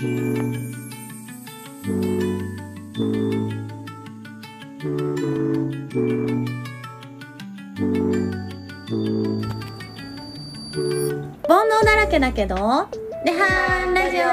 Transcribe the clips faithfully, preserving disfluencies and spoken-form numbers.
煩悩だらけだけどレハンラジ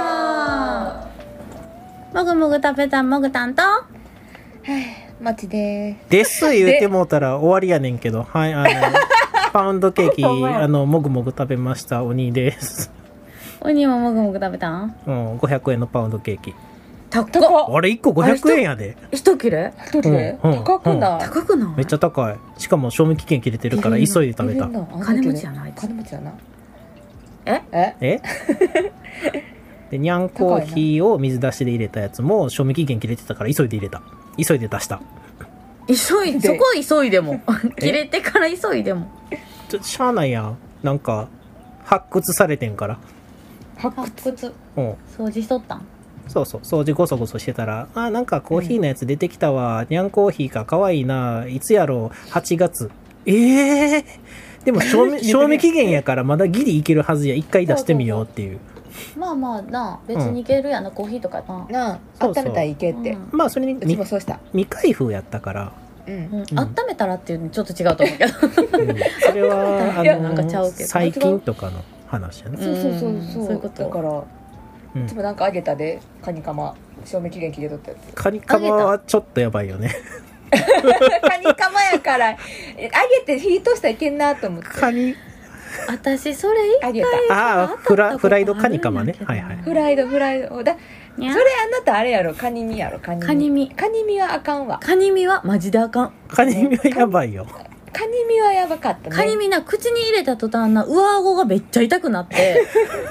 オ。もぐもぐ食べたもぐたんとマジでです言うてもうたら終わりやねんけど、はい、あのパウンドケーキあのもぐもぐ食べましたお兄です。 おにももぐもぐ食べたん？ うん、ごひゃくえんのパウンドケーキ。 高っ。 あれいっこごひゃくえんやで。 一切れ一人で、 うんうん高くない、 高くない？ めっちゃ高い。しかも賞味期限切れてるから急いで食べた。 金持ちやなあいつ。 金持ちやな。 えええでニャンコーヒーを水出しで入れたやつも賞味期限切れてたから急いで入れた。急いで出した。 急いでそこ急いでも切れてから急いでもちょっとしゃあないやん。なんか発掘されてんから。 発掘。 掘うん掃除しとったん？ そうそう、掃除ゴソゴソしてたら、あ、なんかコーヒーのやつ出てきたわ、うん、ニャンコーヒーか、かわいいな、いつやろう、はちがつ。ええー、でも賞味、賞味期限やからまだギリいけるはずや、一回出してみようっていう。 まあまあな、別にいけるやな、うん、コーヒーとかな。 なあ、 そうそう温めたらいけって。うん、 まあそれに、 うちもそうした。 未開封やったから。 うんうん、温めたらっていうのちょっと違うと思うけど、うん、 それは、あの、 なんかちゃうけど最近とかの話やね。 そうそうそうそう、 そういうことだから、うん、いつもなんかあげたで、カニカマ。賞味期限切れとったやつ。 カニカマはちょっとやばいよね。 カニカマやからあげて火通したらいけんなと思って。 カニ私それ一回あげた。 ああフラフライドカニカマね。はいはい。 フライドフライドだ。それあなたあれやろ、カニ身やろ。カニ身。 カニ身。 カニ身はあかんわ。 カニ身はマジであかん。 カニ身はやばいよ。 カニ身はやばかったね。 カニ身な口に入れた途端な上顎がめっちゃ痛くなって。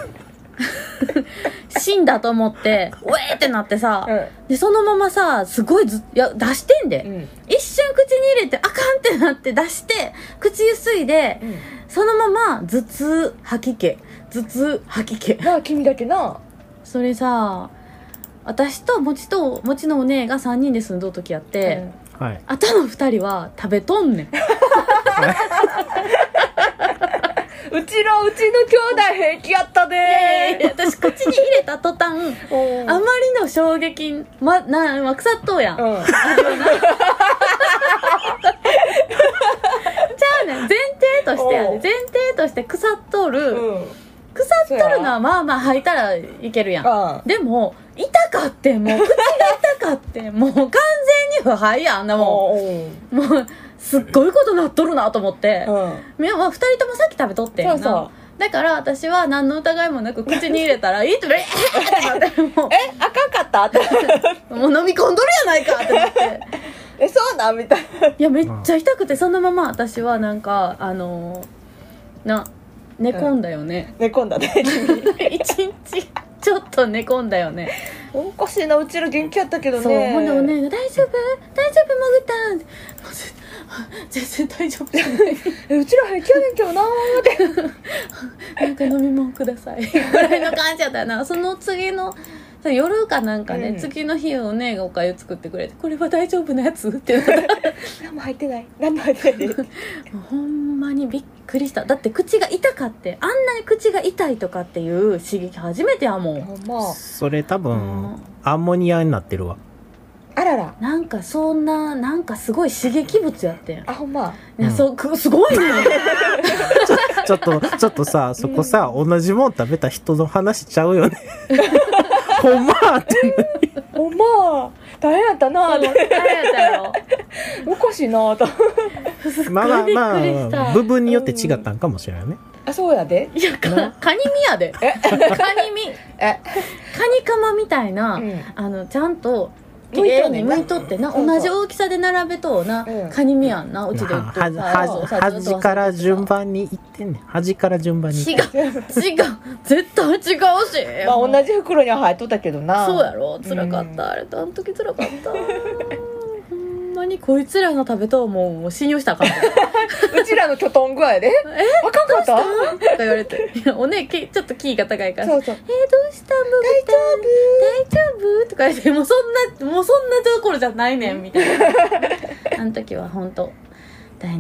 死んだと思ってウェーってなってさ、うん、でそのままさすごいずいや出してんで、うん、一瞬口に入れてあかんってなって出して口ゆすいで、うん、そのまま頭痛吐き気頭痛吐き気なあ君だけな。 それさ私ともちともちのお姉がさんにんで住んどる時やって、 うんはい、 あとのふたりは食べとんねんうちのうちの兄弟平気やったでー。いやいや私口に入れた途端あまりの衝撃まな、ま、腐っとうやん、うん、あれはなちゃうねん前提としてやで前提として腐っとる、うん、腐っとるのはまあまあ吐いたらいけるやん。でも痛かってもう口が痛かってもう完全に腐敗やんあんなもんもうすっごいことなっとるなと思って、うん、みんなふたりともさっき食べとってんな。そうそうだから私は何の疑いもなく口に入れたらいいってえーってなってもうえあかんかったってもう飲み込んどるやないかってなってえそうなんみたいないやめっちゃ痛くてそのまま私はなんかあのー、な寝込んだよね、 うん、寝込んだね一日ちょっと寝込んだよね。 おかしいなうちら元気やったけどね。 そうほんでお姉が大丈夫大丈夫もぐたん全然大丈夫じゃないえうちら平気やねんけどなーってなんか飲み物くださいぐらいの感じやったな。その次の夜かなんかね、うん、次の日お姉がおかゆ作ってくれてこれは大丈夫なやつって言ったら何も入ってない何も入ってないもうほんまにびっくりした。だって口が痛かってあんなに口が痛いとかっていう刺激初めてやもん。 まあ、 それ多分、うん、アンモニアになってるわ。 あららなんかそんななんかすごい刺激物やってん。 あほんまいや、うん、そすごいねちょっとちょっとさそこさ、うん、同じもん食べた人の話しちゃうよねほんまってほんま大変やったなーって大変やったよおかしいなーとまあまあまあ部分によって違ったんかもしれないね、 うん、あそうやでいやかカニ身やでカニ身えカニカマみたいな、うん、あのちゃんときれいに剥いとってな、同じ大きさで並べとうな、うん、カニ身やんなうちで売ってる端から順番にいってんねん。端から順番に違う違う絶対違うし、 まあ同じ袋には入っとったけどな。 そうやろ辛かった、うん、あれあの時辛かったほんまにこいつらの食べとうもんもう信用したらあかんうちらのキョトン具合でえあかんかったとか言われていやおねちょっとキーが高いからそうそうえー、どうしたの大丈夫大丈夫とか言ってもうそんなもうそんなところじゃないねんみたいなあの時は本当大変でした。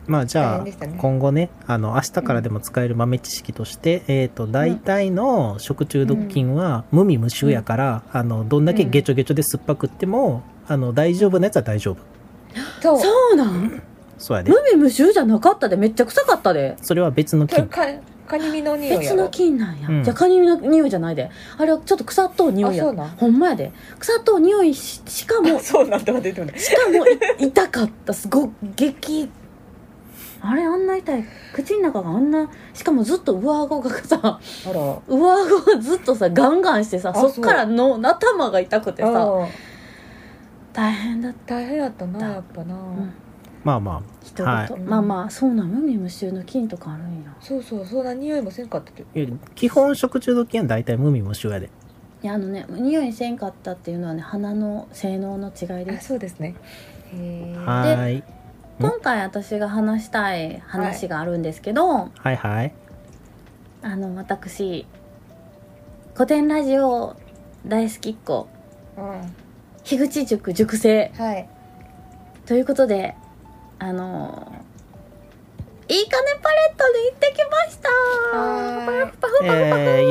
まあじゃあ、 ね、 今後ね、あの明日からでも使える豆知識として、うん、えっ、ー、と大体の食中毒菌は無味無臭やから、うん、あのどんだけゲチョゲチョで酸っぱくっても、うん、あの大丈夫なやつは大丈夫。 そうそうなん？ そうやで。 無味無臭じゃなかったで、めっちゃ臭かったで。 それは別の菌。 カニ身の匂いやろ。 別の菌なんや、 うん、 じゃあカニ身の匂いじゃないで、あれはちょっと腐っとう匂いや。ほんまやで、腐っとう匂い し, しかもそうなんだって言ってもしかも痛かった。すごい激、あれあんな痛い、口の中があんな、しかもずっと上顎がさ、あら上顎がずっとさガンガンしてさ、そっからの頭が痛くてさ、大変だった。 大変だったなやっぱな、うん、 まあまあ人々、はい、まあまあそうな、無味無臭の菌とかあるんや。 そうそう、そんな匂いもせんかったけど、 基本食中毒菌は大体無味無臭やで。 いやあのね、匂いせんかったっていうのはね、鼻の性能の違いです。 そうですね。へはい。 今回私が話したい話があるんですけど、はい、 はいはいあの私古典ラジオ大好きっ子、うん、樋口塾塾生、はい、ということで、あのいいかねパレットに行ってきました。パフパフパフパフ、 えー、イエイイエイイエイイ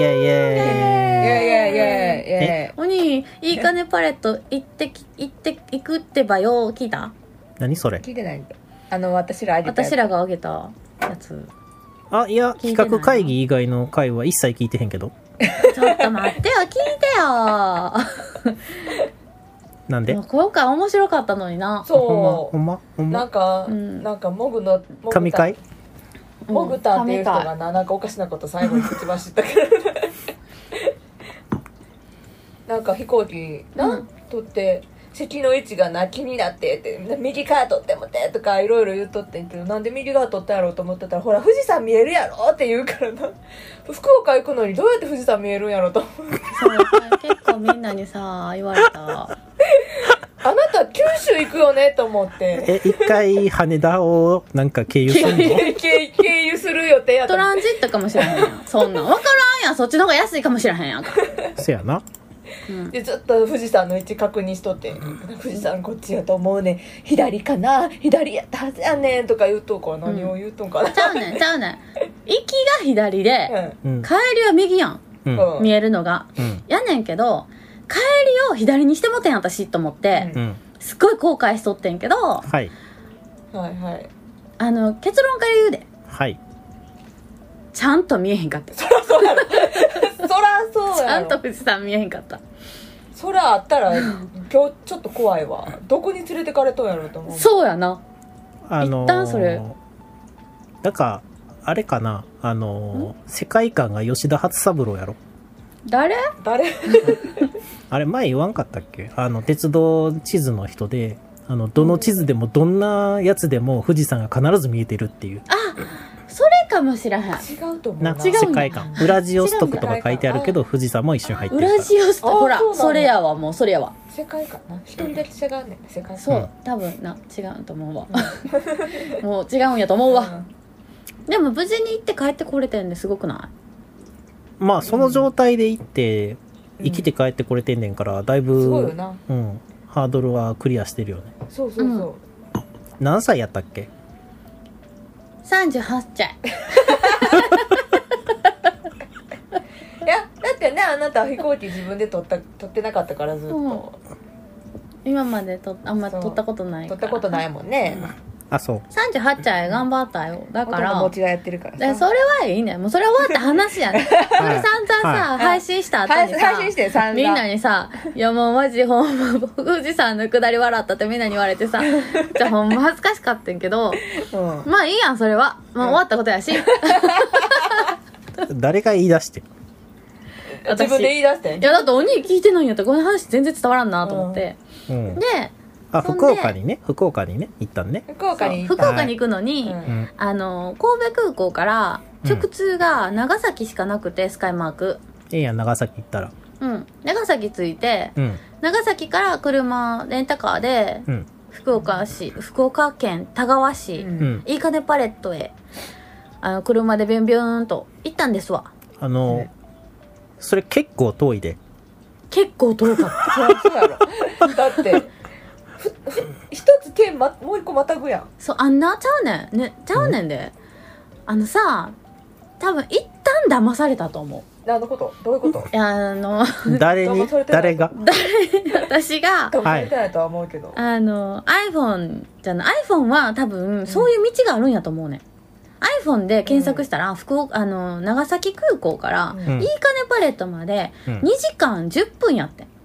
エイイエイ。 おにいいかねパレット行ってき行って行くってばよ、聞いた？ 何それ？ 聞いてないんだ。あの私らあげた私らがあげたやつ。 あ、いや企画会議以外の回は一切聞いてへんけど。 ちょっと待ってよ、聞いてよ。 なんで？ 今回面白かったのにな。 そう。 ほんまほんま。 なんか、うん、なんかモグの神回？ モグタンっていう人がな、なんかおかしなこと最後に口走ったけど。なんか飛行機な、うん、取って。席の位置がな気になってって右側取ってもってとかいろいろ言っとってんけど、なんで右側取ったやろうと思ってたら、ほら富士山見えるやろって言うからな、福岡行くのにどうやって富士山見えるんやろと思う。 そう結構みんなにさ言われた。あなた九州行くよねと思って。 え、一回羽田をなんか経由するの？ 経, 経由する予定やった。 トランジットかもしれへんやん。そんなん分からんやん。そっちの方が安いかもしれへんやんか。 そやな。 うん、でずっと富士山の位置確認しとって、うん、富士山こっちやと思うねん、左かな、左やったはずやねんとか言うとこは何を言うとんかな、うん、 ちゃうねんちゃうねん行きが左で、うん、帰りは右やん、うん、見えるのが、うん、やねんけど帰りを左にしてもてん私と思って、うん、すっごい後悔しとってんけど、はい、 はいはいあの結論から言うで、 はい、 ちゃんと見えへんかった。 そらそうやろそらそうやろ、 ちゃんと富士山見えへんかった。 そらあったら今日ちょっと怖いわ。どこに連れてかれとんやろうと思う。 そうやな、 あのー、 一旦それなんかあれかな、あのー、世界観が吉田初三郎やろ。 誰誰あれ前言わんかったっけ、あの鉄道地図の人で、あのどの地図でもどんなやつでも富士山が必ず見えてるっていう。 あ、それかもしれへん。 違うと思うな。 な世界観ウラジオストクとか書いてあるけど富士山も一緒に入ってるから。 ウラジオストク、ほら そ, それやわ、もうそれやわ。 世界観な、一人だけ違うねん世界観。 そう、多分な違うと思うわ。もう違うんやと思うわ、うん、でも無事に行って帰ってこれてんですごくない？ まあその状態で行って生きて帰ってこれてんねんから、だいぶ、 すごいよな、 うん、ハードルはクリアしてるよね。 そうそうそう、うん、 何歳やったっけ？ さんじゅうはっさい。 いやだってね、あなたは飛行機自分で取った取ってなかったからずっと、うん、 今までとあんま取ったことないから。 取ったことないもんね、うん、 あ、そう。 さんじゅうはっさい頑張ったよ。だからもちがやってるからさ。 それはいいね。もうそれ終わった話やね。それ散々さ、はい、配信した後にさ、 配信して散々 みんなにさ、いやもうマジほんま富士山の下り笑ったってみんなに言われてさ、じゃあほんま恥ずかしかったんけど、うん、まあいいやんそれは。もう終わったことやし。 誰が言い出してる？ 自分で言い出して。 いやだってお兄聞いてないんやったらこの話全然伝わらんなと思って、うん、で。 あ、福岡にね、福岡にね行ったんね。 福岡に福岡に行くのに、はい、あの神戸空港から直通が長崎しかなくて、うん、スカイマーク。 ええやん、長崎行ったら。 うん、長崎着いて、うん、長崎から車レンタカーで、うん、福岡市福岡県田川市、うん、いいかねパレットへあの車でビュンビュンと行ったんですわ。 あの、ね、それ結構遠いで。 結構遠かった。 そうやろ。だって一一つ点、ま、もう一個またぐやん。 そうあんなちゃうねんねちゃうねんで、うん、あのさ多分一旦騙されたと思う。 何のこと？どういうこと？ いやあの誰に誰が誰私が騙されてないとは思うけど、 はい、あの iPhone じゃない iPhone は多分そういう道があるんやと思うねん、うん、iPhone で検索したら、うん、福岡あの長崎空港から、うん、いいかねパレットまでにじかんじゅっぷんやってん、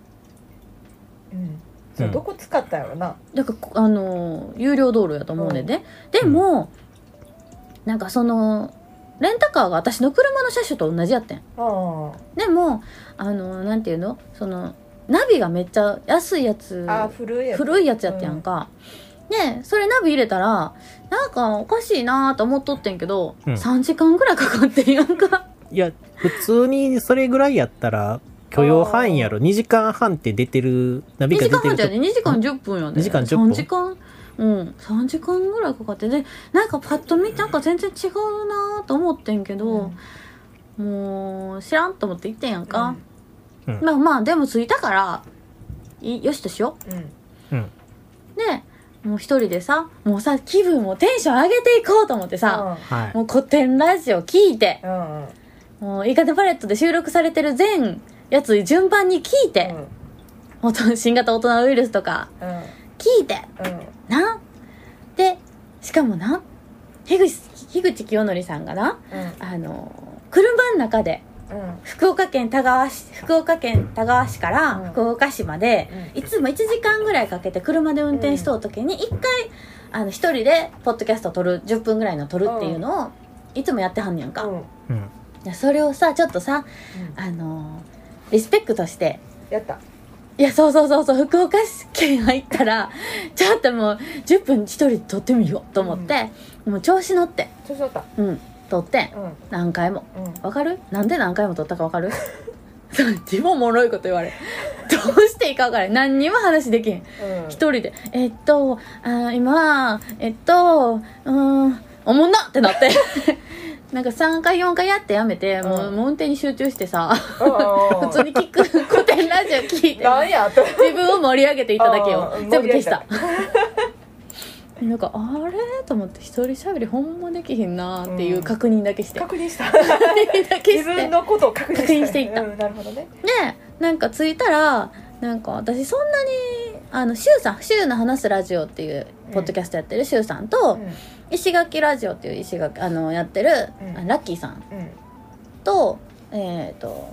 うんそれどこ使ったんやろな。 だからあの有料道路やと思うねんで、うん、でも、うん、なんかそのレンタカーが私の車の車種と同じやってん。あでもあのなんていうのそのナビがめっちゃ安いやつ、 あ古いやつ古いやつやってやんか、うん、でそれナビ入れたらなんかおかしいなと思っとってんけど、うん、さんじかんぐらいかかってんやんか。 いや普通にそれぐらいやったら許容範囲やろ。にじかんはんって出てるナビが出てるとにじかんはんじゃねにじかんじゅっぷんやで、 にじかんじゅっぷんさんじかんうんさんじかんぐらいかかってでなんかパッと見なんか全然違うなと思ってんけど、うん、もう知らんと思って行ってんやんか、うん、まあまあでも着いたからいよしとしよう、うん、でもう一人でさもうさ気分もテンション上げていこうと思ってさ、うん、もう古典ラジオ聞いて、うん、もういいかねパレットで収録されてる全やつ順番に聞いて、うん、新型大人ウイルスとか聞いて、うん、なでしかもな樋口、樋口清則さんがな、うん、あの車の中で、うん、福岡県田川市福岡県田川市から福岡市まで、うん、いつもいちじかんぐらいかけて車で運転しとうときにいっかいあの一人でポッドキャストを撮るじゅっぷんぐらいの撮るっていうのをいつもやってはんねやんか、うんうん、それをさちょっとさ、うん、あのリスペクトしてやった。 いやそうそうそうそう福岡県入ったらちょっともうじゅっぷん一人で撮ってみようと思って、うん、もう調子乗って調子乗ったうん撮ってん、うん、何回も、うん、分かるなんで何回も撮ったか分かる自分おもろいこと言われどうしていいか分からん何にも話できへん、うん、一人でえっとあ今えっとうんおもんなってなってなんかさんかいよんかいやってやめて、うん、もうもう運転に集中してさ普通に聞く古典ラジオ聞いて何や自分を盛り上げていただけよ全部消したなんかあれと思って一人喋りほんまできひんなっていう確認だけして、 うん、確認しただけして自分のことを確認した確認していった、 うん、なるほどね。 でなんか着いたらなんか私そんなにあのシュウさんシュウの話すラジオっていうポッドキャストやってるシュウさんと、うん石垣ラジオっていう石垣あのやってる、うん、ラッキーさん、うん、とえっ、ー、と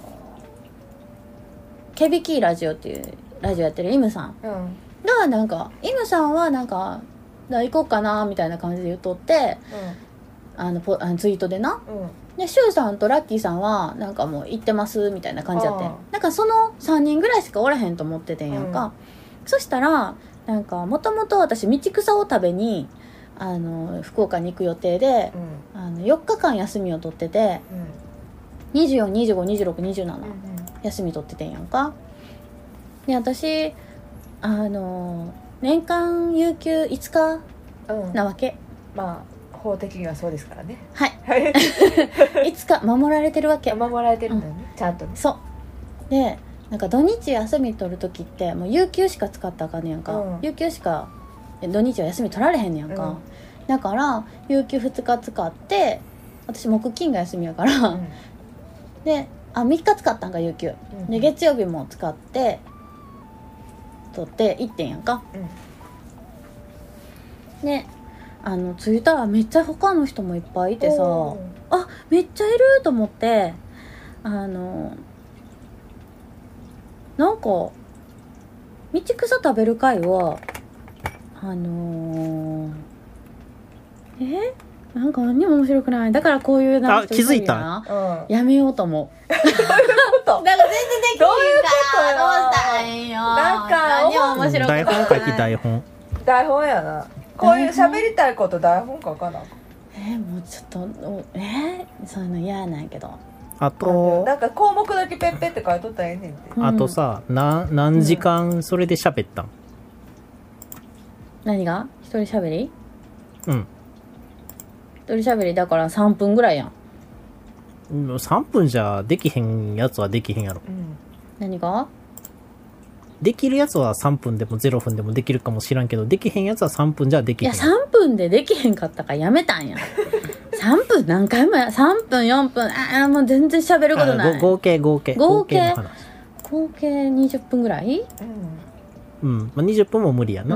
ケビキーラジオっていうラジオやってるイムさん、うん、がなんかイムさんはなんか行こうかなみたいな感じで言っとって、うん、あのポあのツイートでな、うん、でシュウさんとラッキーさんはなんかもう行ってますみたいな感じやってんなんかそのさんにんぐらいしかおらへんと思っててんやんか、うん、そしたらなんかもともと私道草を食べにあの福岡に行く予定で、うん、あのよっかかん休みを取ってて、うん、にじゅうよん、にじゅうご、にじゅうろく、にじゅうなな、うんうん、休み取っててんやんかで私あの年間有給いつかなわけ、 うん、まあ法的にはそうですからねはいいつか守られてるわけ守られてるんだよね、うん、ちゃんとねそうでなんか土日休み取るときってもう有給しか使ったらあかんねやんか、うん、有給しか土日は休み取られへんねやんか、うん、だから有給ふつか使って私木金が休みやから、うん、であみっか使ったんか有給、うん、で月曜日も使って取って行ってんやんか、うん、であの着いたらめっちゃ他の人もいっぱいいてさあめっちゃいると思ってあのなんか道草食べる会はあのー、えなんか何にも面白くないだからこういうなんか気づいた、 うん、やめようと思うどういうことなんか全然できないからどうしたらいいよなんか何も面白くない台本書き台本台本やなこういう喋りたいこと台本書かなえー、もうちょっとえー、そういうの嫌なんやけどあとなんか項目だけペッペって書いとったらええねんって、 うん、あとさな何時間それで喋ったん、うん何が一人喋りうん一人喋りだからさんぷんぐらいやんさんぷんじゃできへんやつはできへんやろ、うん、 何ができるやつはさんぷんでもゼロふんでもできるかもしらんけど、できへんやつはさんぷんじゃできへん。 いやさんぷんでできへんかったからやめたんやさんぷん何回もやさんぷんよんぷん、ああもう全然喋ることない。 合計合計合計の話、 合計にじゅっぷんぐらい。 うん、うん、まあ、にじゅっぷんも無理やな。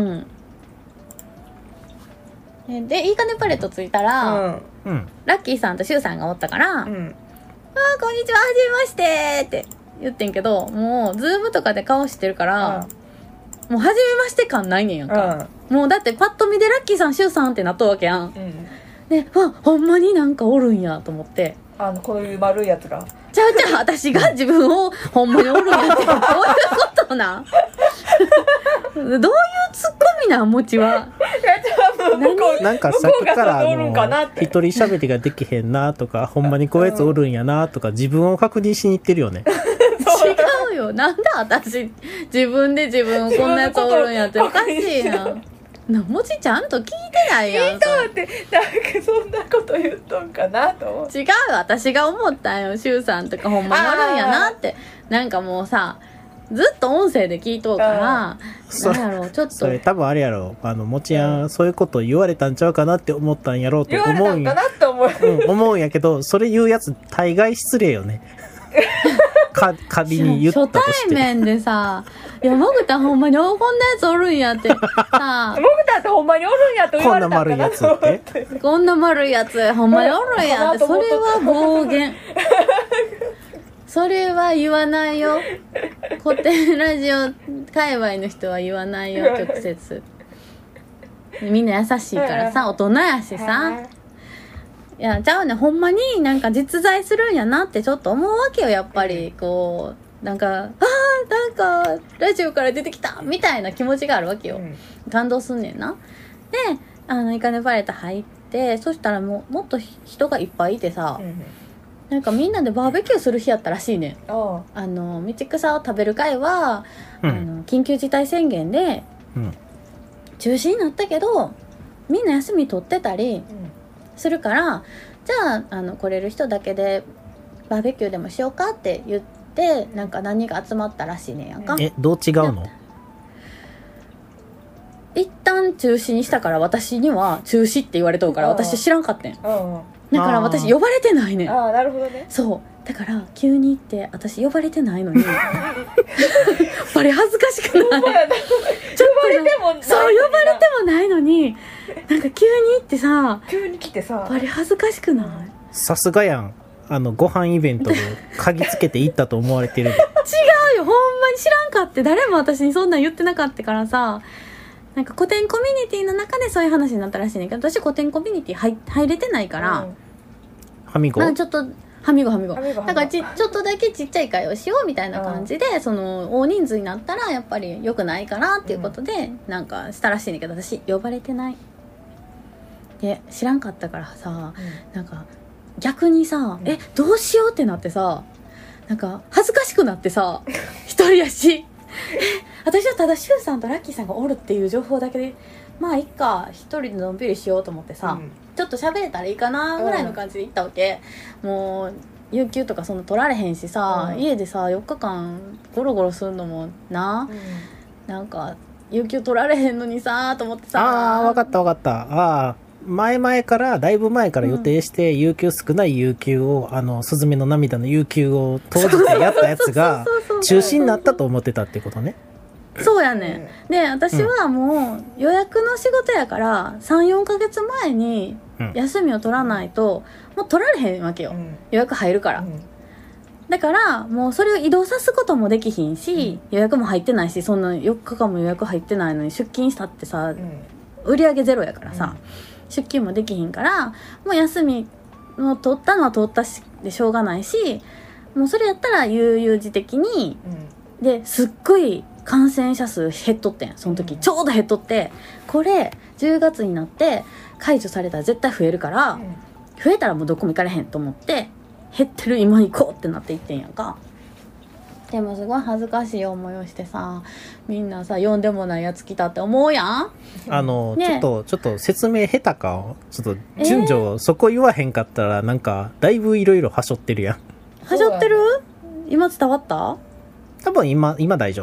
うん、でいいかねパレット着いたら、 うんうん、 ラッキーさんとシュウさんがおったから「うん、ああこんにちははじめまして」って言ってんけど、もうズームとかで顔してるから、うん、もうはじめまして感ないねんやんか、うん、もうだってパッと見でラッキーさんシュウさんってなっとるわけやん、うん、でわほんまになんかおるんやと思って、 あのこういう丸いやつがちゃうちゃう私が自分をほんまにおるんやってどういうことなんどういうツッコミなんもちは。 なんかさっきからあの一人喋りができへんなとか、ほんまにこういうやつおるんやなとか、自分を確認しに行ってるよね。 違うよ、なんで私自分で自分こんなやつおるんやっておかしいな。なもちちゃんと聞いてないやん。 聞いとってなんかそんなこと言っとんかなと思って。 違う、私が思ったんよ。シュウさんとかほんまにおるんやなって。なんかもうさずっと音声で聞いとうから、なんやろう、ちょっとそれ多分あれやろ、あのもちやん、うん、そういうこと言われたんちゃうかなって思ったんやろうと思うんや、 思う、 うん、思うんやけど、それ言うやつ大概失礼よね。か仮に言ったとして、 初対面でさ「いやもぐたほんまにこんなやつおるんや」ってさ「もぐたってほんまにおるんや」と言われたんかなと思って 「こんな丸いやつほんまにおるんや」ってそれは暴言。それは言わないよ。古典ラジオ界隈の人は言わないよ、直接。みんな優しいからさ、大人やしさ。いや、じゃあね、ほんまになんか実在するんやなってちょっと思うわけよ、やっぱり。こう、なんか、あー、なんか、ラジオから出てきたみたいな気持ちがあるわけよ。感動すんねんな。で、あの、イカネパレット入って、そしたらもう、もっと人がいっぱいいてさ、なんかみんなでバーベキューする日やったらしいねん。あの道草を食べる会は、うん、あの緊急事態宣言で中止になったけど、みんな休み取ってたりするから、うん、じゃあ、あの来れる人だけでバーベキューでもしようかって言って、なんか何人か集まったらしいねんやんか。 え、どう違うの？ 一旦中止にしたから、私には中止って言われとるから、私知らんかったん。だから私呼ばれてないねん。 ああ、なるほどね。 そうだから急に言って私呼ばれてないのにバレ恥ずかしくない？呼ばれてもない。そう呼ばれてもないのに、なんか急に言ってさ、 急に来てさ、 バレ恥ずかしくない？ さすがやん。あのご飯イベントで鍵つけて行ったと思われてる。違うよ、ほんまに知らんかって。誰も私にそんなん言ってなかったからさ。なんか古典コミュニティの中でそういう話になったらしいねんけど、私古典コミュニティ 入, 入れてないから、うん、 はみご、 まあ、ちょっとはみごはみごだからちちょっとだけちっちゃい会をしようみたいな感じで、うん、その大人数になったらやっぱり良くないかなっていうことで、うん、なんかしたらしいねんけど、私呼ばれてないで知らんかったからさ、うん、なんか逆にさ、うん、えどうしようってなってさ、なんか恥ずかしくなってさ一人やし私はただシュウさんとラッキーさんがおるっていう情報だけでまあいっか一人でのんびりしようと思ってさ、うん、ちょっと喋れたらいいかなぐらいの感じで行ったわけ、うん、もう有給とかそんな取られへんしさ、うん、家でさよっかかんゴロゴロするのもな、うん、なんか有給取られへんのにさと思ってさ、 ああ分かった分かった、ああ前々からだいぶ前から予定して、うん、有給少ない有給をあのスズメの涙の有給を当日やったやつが中止になったと思ってたってことね。 そうやね、うん、で私はもう予約の仕事やから さん,よん ヶ月前に休みを取らないともう取られへんわけよ、うん、予約入るから、うん、だからもうそれを移動さすこともできひんし、うん、予約も入ってないし、そんなよっかかんも予約入ってないのに出勤したってさ、うん、売り上げゼロやからさ、うん、出勤もできひんからもう休みも取ったのは取ったしでしょうがないし、もうそれやったら悠々自適に、うん、ですっごい感染者数減っとってん、その時、うん、ちょうど減っとって、これじゅうがつになって解除されたら絶対増えるから、うん、増えたらもうどこも行かれへんと思って減ってる今行こうってなっていってんやんか。でもすごい恥ずかしい思いをしてさ、みんなさ呼んでもないやつ来たって思うやん。 あの、ね、ちょっとちょっと説明下手か、ちょっと順序、えー、そこ言わへんかったらなんかだいぶいろいろはしょってるやん。 はしょってる？今伝わった？ 多分今今大丈夫。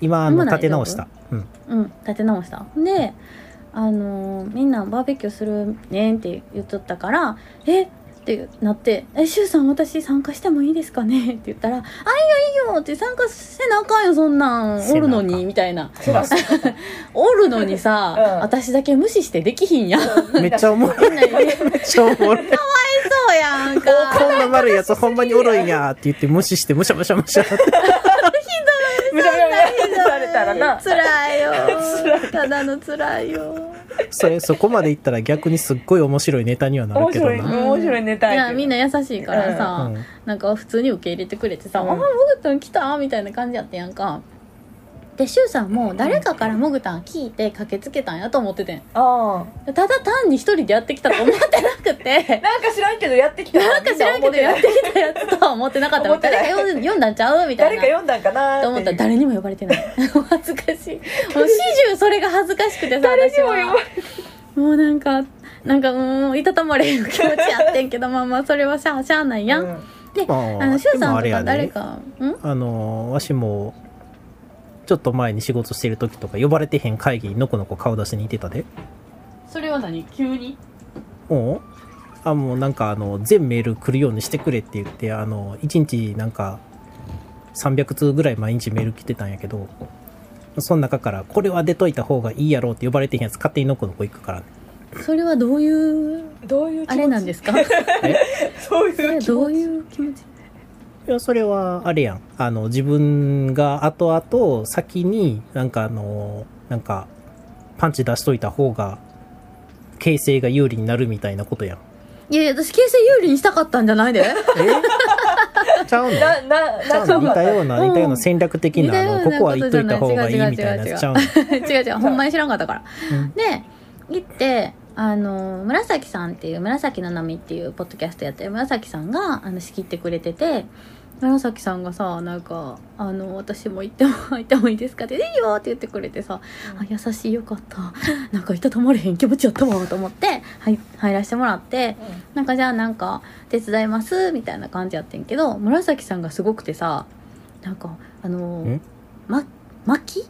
今あの立て直した。うんうん立て直したであのー、みんなバーベキューするねんって言っとったからえってなって「えシュウさん私参加してもいいですかね?」って言ったら「あいいよいいよ」って参加せなあかんよそんなんおるのにみたいなおるのにさ、うん、私だけ無視してできひんやめっちゃおもろいめっちゃおもろいかわいそうやんかこんな丸いやつほんまにおるんやって言って無視してむしゃむしゃむしゃってむしゃむしゃされたらな辛いよただの辛いよそれそこまでいったら逆にすっごい面白いネタにはなるけどな面白い、面白いネタいやみんな優しいからさ、うん、なんか普通に受け入れてくれてさ「うん、あモグタン来た?」みたいな感じやってやんかでシュウさんも誰かからモグタン聞いて駆けつけたんやと思っててんあただ単に一人でやってきたと思ってなくてなんか知らんけどやってきたなんか知らんけどやってきたやつとは思ってなかった誰か読ん読んだんちゃうみたいな誰か読んだんかなと思ったら誰にも呼ばれてない恥ずかしいもう始終それが恥ずかしくてさ誰にも呼ばれてもうなんかなんかもういたたまれへん気持ちやってんけどまあまあそれはしゃあしゃあないやん、うん、で、まあ、あのシュウさんとか誰か、 ね、あのわしもちょっと前に仕事してる時とか呼ばれてへん会議にのこのこ顔出しに行ってたで。 それは何急におうあもうなんかあの全メール来るようにしてくれって言ってあのいちにちなんかさんびゃくつうぐらい毎日メール来てたんやけどその中からこれは出といた方がいいやろうって呼ばれてへんやつ勝手にのこのこ行くからね。 それはどういうどういうあれなんですかえそういうそれどういう気持ちいやそれはあれやんあの自分が後々先になんかあのなんかパンチ出しといた方が形勢が有利になるみたいなことやん。 いやいや私形勢有利にしたかったんじゃないでえちゃうのななちゃうの似たような似たような戦略的な、うん、あのここは言っといた方がいいみたいなやつちゃうの違う違うほんまに知らんかったから、うん、で行ってあの紫さんっていう紫の波っていうポッドキャストやってる紫さんがあの仕切ってくれてて紫さんがさなんかあの私も行っても行ってもいいですかっていいよって言ってくれてさ、うん、あ優しいよかったなんかいたたまれへん気持ちやったわと思って入入らせてもらって、うん、なんかじゃあなんか手伝いますみたいな感じやってんけど紫さんがすごくてさなんかあのま薪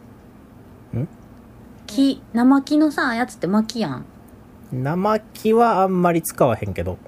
木生木のさやつって薪やん生木はあんまり使わへんけど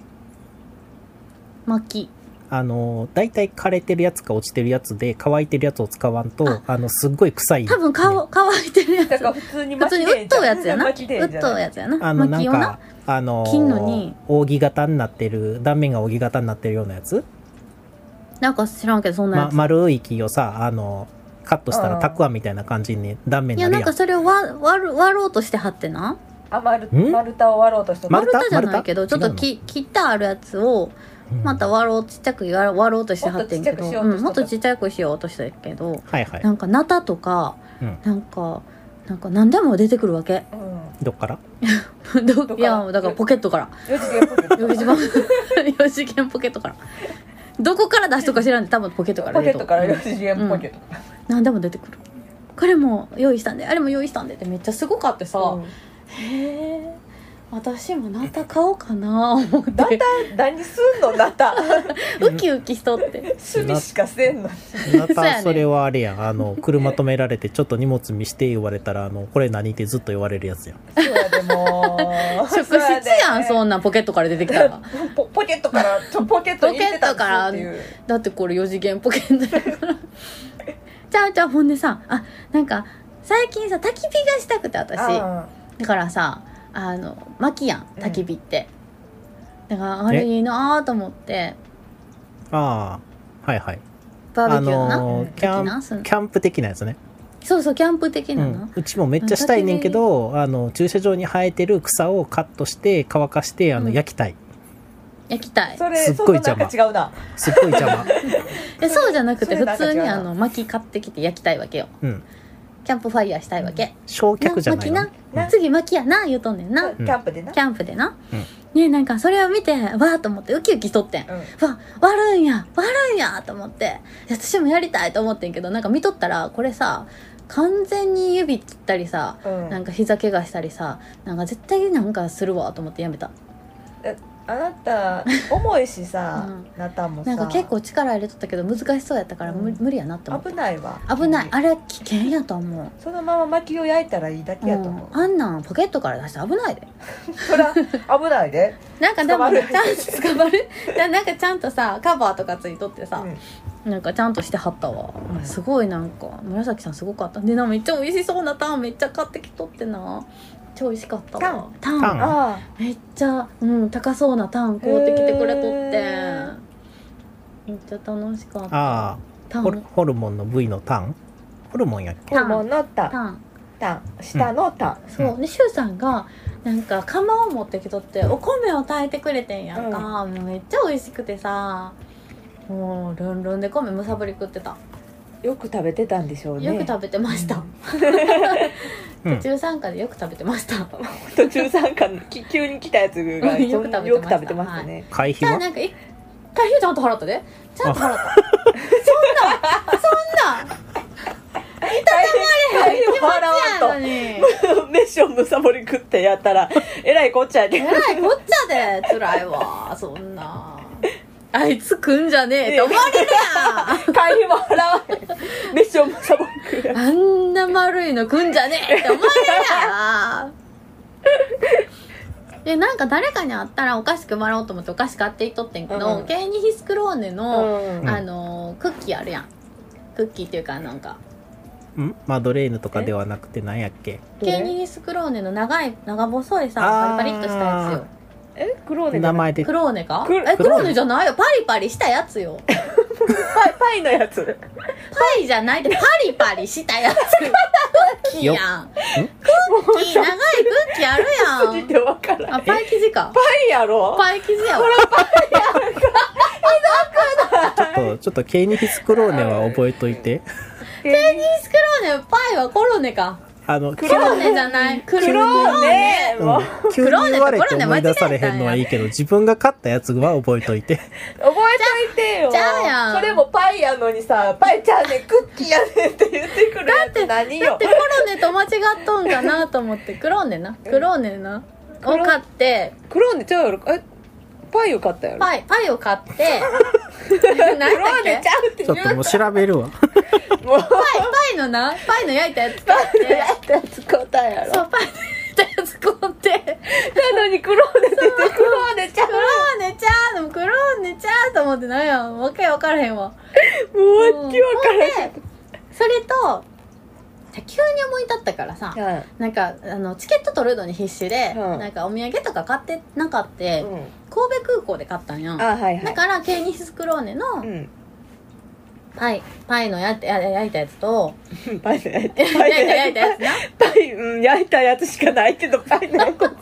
薪あのだいたい枯れてるやつか落ちてるやつで乾いてるやつを使わんと あ, あのすっごい臭い、ね、 多分か乾いてるやつだから普通に普通にウッドやつやなウッドやつやなあのなんかあの金のに扇形になってる断面が扇形になってるようなやつなんか知らんけどそんなやつ、 ま、丸い木をさあのカットしたらたくあんみたいな感じに断面になるやん。 いやなんかそれを割割割ろうとしてはってなあ丸丸太を割ろうとして丸太じゃないけどちょっとき切ってあるやつをまた割ろうちっちゃく割ろうとしてはってんけどもっとちっちゃくしようとしてるけど、 はいはい、 なんかナタとか、うん、なんかなんか何でも出てくるわけ、 うん、どっからどいやだからポケットからよ次元ポケットよ次元ポケットからどこから出すとか知らんで多分ポケットからポケットからよ次元ポケット、 うん、何でも出てくるこれも用意したんであれも用意したんでってめっちゃすごかってさ、うん、へえ私もナタ買おうかな思ってナタ何すんのナタウキウキしとって趣味しかせんのナタそれはあれやんあの車止められてちょっと荷物見して言われたらあのこれ何ってずっと言われるやつやんそうやでも職質やんそんなポケットから出てきたらポ, ポケットからちょポケットに入れてたんですよっていうだってこれよ次元ポケットだからじゃあじゃあほんでさあなんか最近さ焚き火がしたくて私だからさあの薪やん焚き火って、うん、だからあれいいなと思ってああはいはいバーベキューな、 あのー、キャンキャンプ的なやつねそうそうキャンプ的なの、うん、 うちもめっちゃしたいねんけどあの駐車場に生えてる草をカットして乾かしてあの、うん、焼きたい焼きたいそれすっごい邪魔違うなすっごい邪魔でそうじゃなくて普通にあの薪買ってきて焼きたいわけよ、うんキャンプファイヤーしたいわけ焼却じゃないなな次薪やな言うとんねんな、 うん、キャンプでなキャンプでな、うん、ねなんかそれを見てわーっと思ってウキウキしとってん、うん、わ割るんや割るんやと思って私もやりたいと思ってんけどなんか見とったらこれさ完全に指切ったりさ、うん、なんか膝怪我したりさなんか絶対なんかするわと思ってやめたあなた重いしさ、うん、なたもさなんか結構力入れとったけど難しそうやったから、うん、無理やなって思って。 危ないわ。 危ない。あれ危険やと思う。 そのまま薪を焼いたらいいだけやと思う、 うん、あんなんポケットから出して危ないでそら危ないでなんかでもちゃんと捕まるなんかちゃんとさカバーとかついとってさ、うん、なんかちゃんとしてはったわ、うん、すごいなんか紫さんすごかったでな。めっちゃ美味しそうなタンめっちゃ買ってきとってな。超美味しかったわ。タンタンあめっちゃ、うん、高そうなタン買うてきてくれとって、めっちゃ楽しかった。 ああホル、ホルモンの部位のタンホルモンやっけ。 ホルモンのタンタンタン下のタン、 うん、そうでシュウさんがなんか釜を持ってきとってお米を炊いてくれてんやんか、うん、もうめっちゃ美味しくてさ、もうルンルンで米むさぶり食ってた。 よく食べてたんでしょうね。 よく食べてました、うん、途中参加でよく食べてました途中参加急に来たやつがよく食べてましたね。 会費はなんか会費ちゃんと払ったでちゃんと払ったそんなそんないたたまれへん気持ちやのに飯をむさぼり食ってやったらえらいこっちゃでえらいこっちゃで辛いわそんなあいつ食んじゃねえって思われるやん会費も払わへん飯をむさぼり食うあんな丸いの食んじゃねえって思われるやんでなんか誰かに会ったらお菓子配ろうと思ってお菓子買っていっとってんけど、うん、ケーニヒスクローネの、うん、あのクッキーあるやん。クッキーっていうかなんかんマドレーヌとかではなくて何やっけ。 ケーニヒスクローネの長い長細いさパリパリっとしたやつよ。 えクローネ名前でクローネかえクローネじゃないよ。パリパリしたやつよパイパイのやつパイじゃないでパリパリしたやつクッキーやん。クッキー長いクッキーあるやん。 すぎてわからん。 あパイ生地か。 パイやろ。 パイ生地やわ。 パイやんか。 ちょっとちょっとケーニヒスクローネは覚えといて。 ケーニヒスクローネパイはコロネか。 あのクローネじゃないクローネ、 うん、急に言われて思い出されへんのはいいけど自分が買ったやつは覚えといて覚えといてよ。 ちゃうやん。 それもパイやのにさパイちゃうねんクッキーやねんって言ってくるやつ何よ。 だってだってコロネと間違っとんかなと思ってクローネなクローネなを買ってクローネちゃうやろ。えパイを買ったやろ。 パイパイを買って何だっけちょっともう調べるわもうパイパイのなパイの焼いたやつ買ってパイの焼いたやつ買ったやろ。 そうパイの焼いたやつ買ってなのにクローネって言ってクローネちゃうクローネちゃうでもクローネちゃうと思ってなんやわけわからへんわ。もうわけわからへん。 それと急に思い立ったからさ、うん、なんかあのチケット取るのに必死で、うん、なんかお土産とか買ってなかった、うん、神戸空港で買ったんやん。 あ、はいはい、 だからケーニヒスクローネの、うん、パイパイのやや焼いたやつとパイの焼いた焼いたやつなパイ、うん、焼いたやつしかないけどパイのやつでも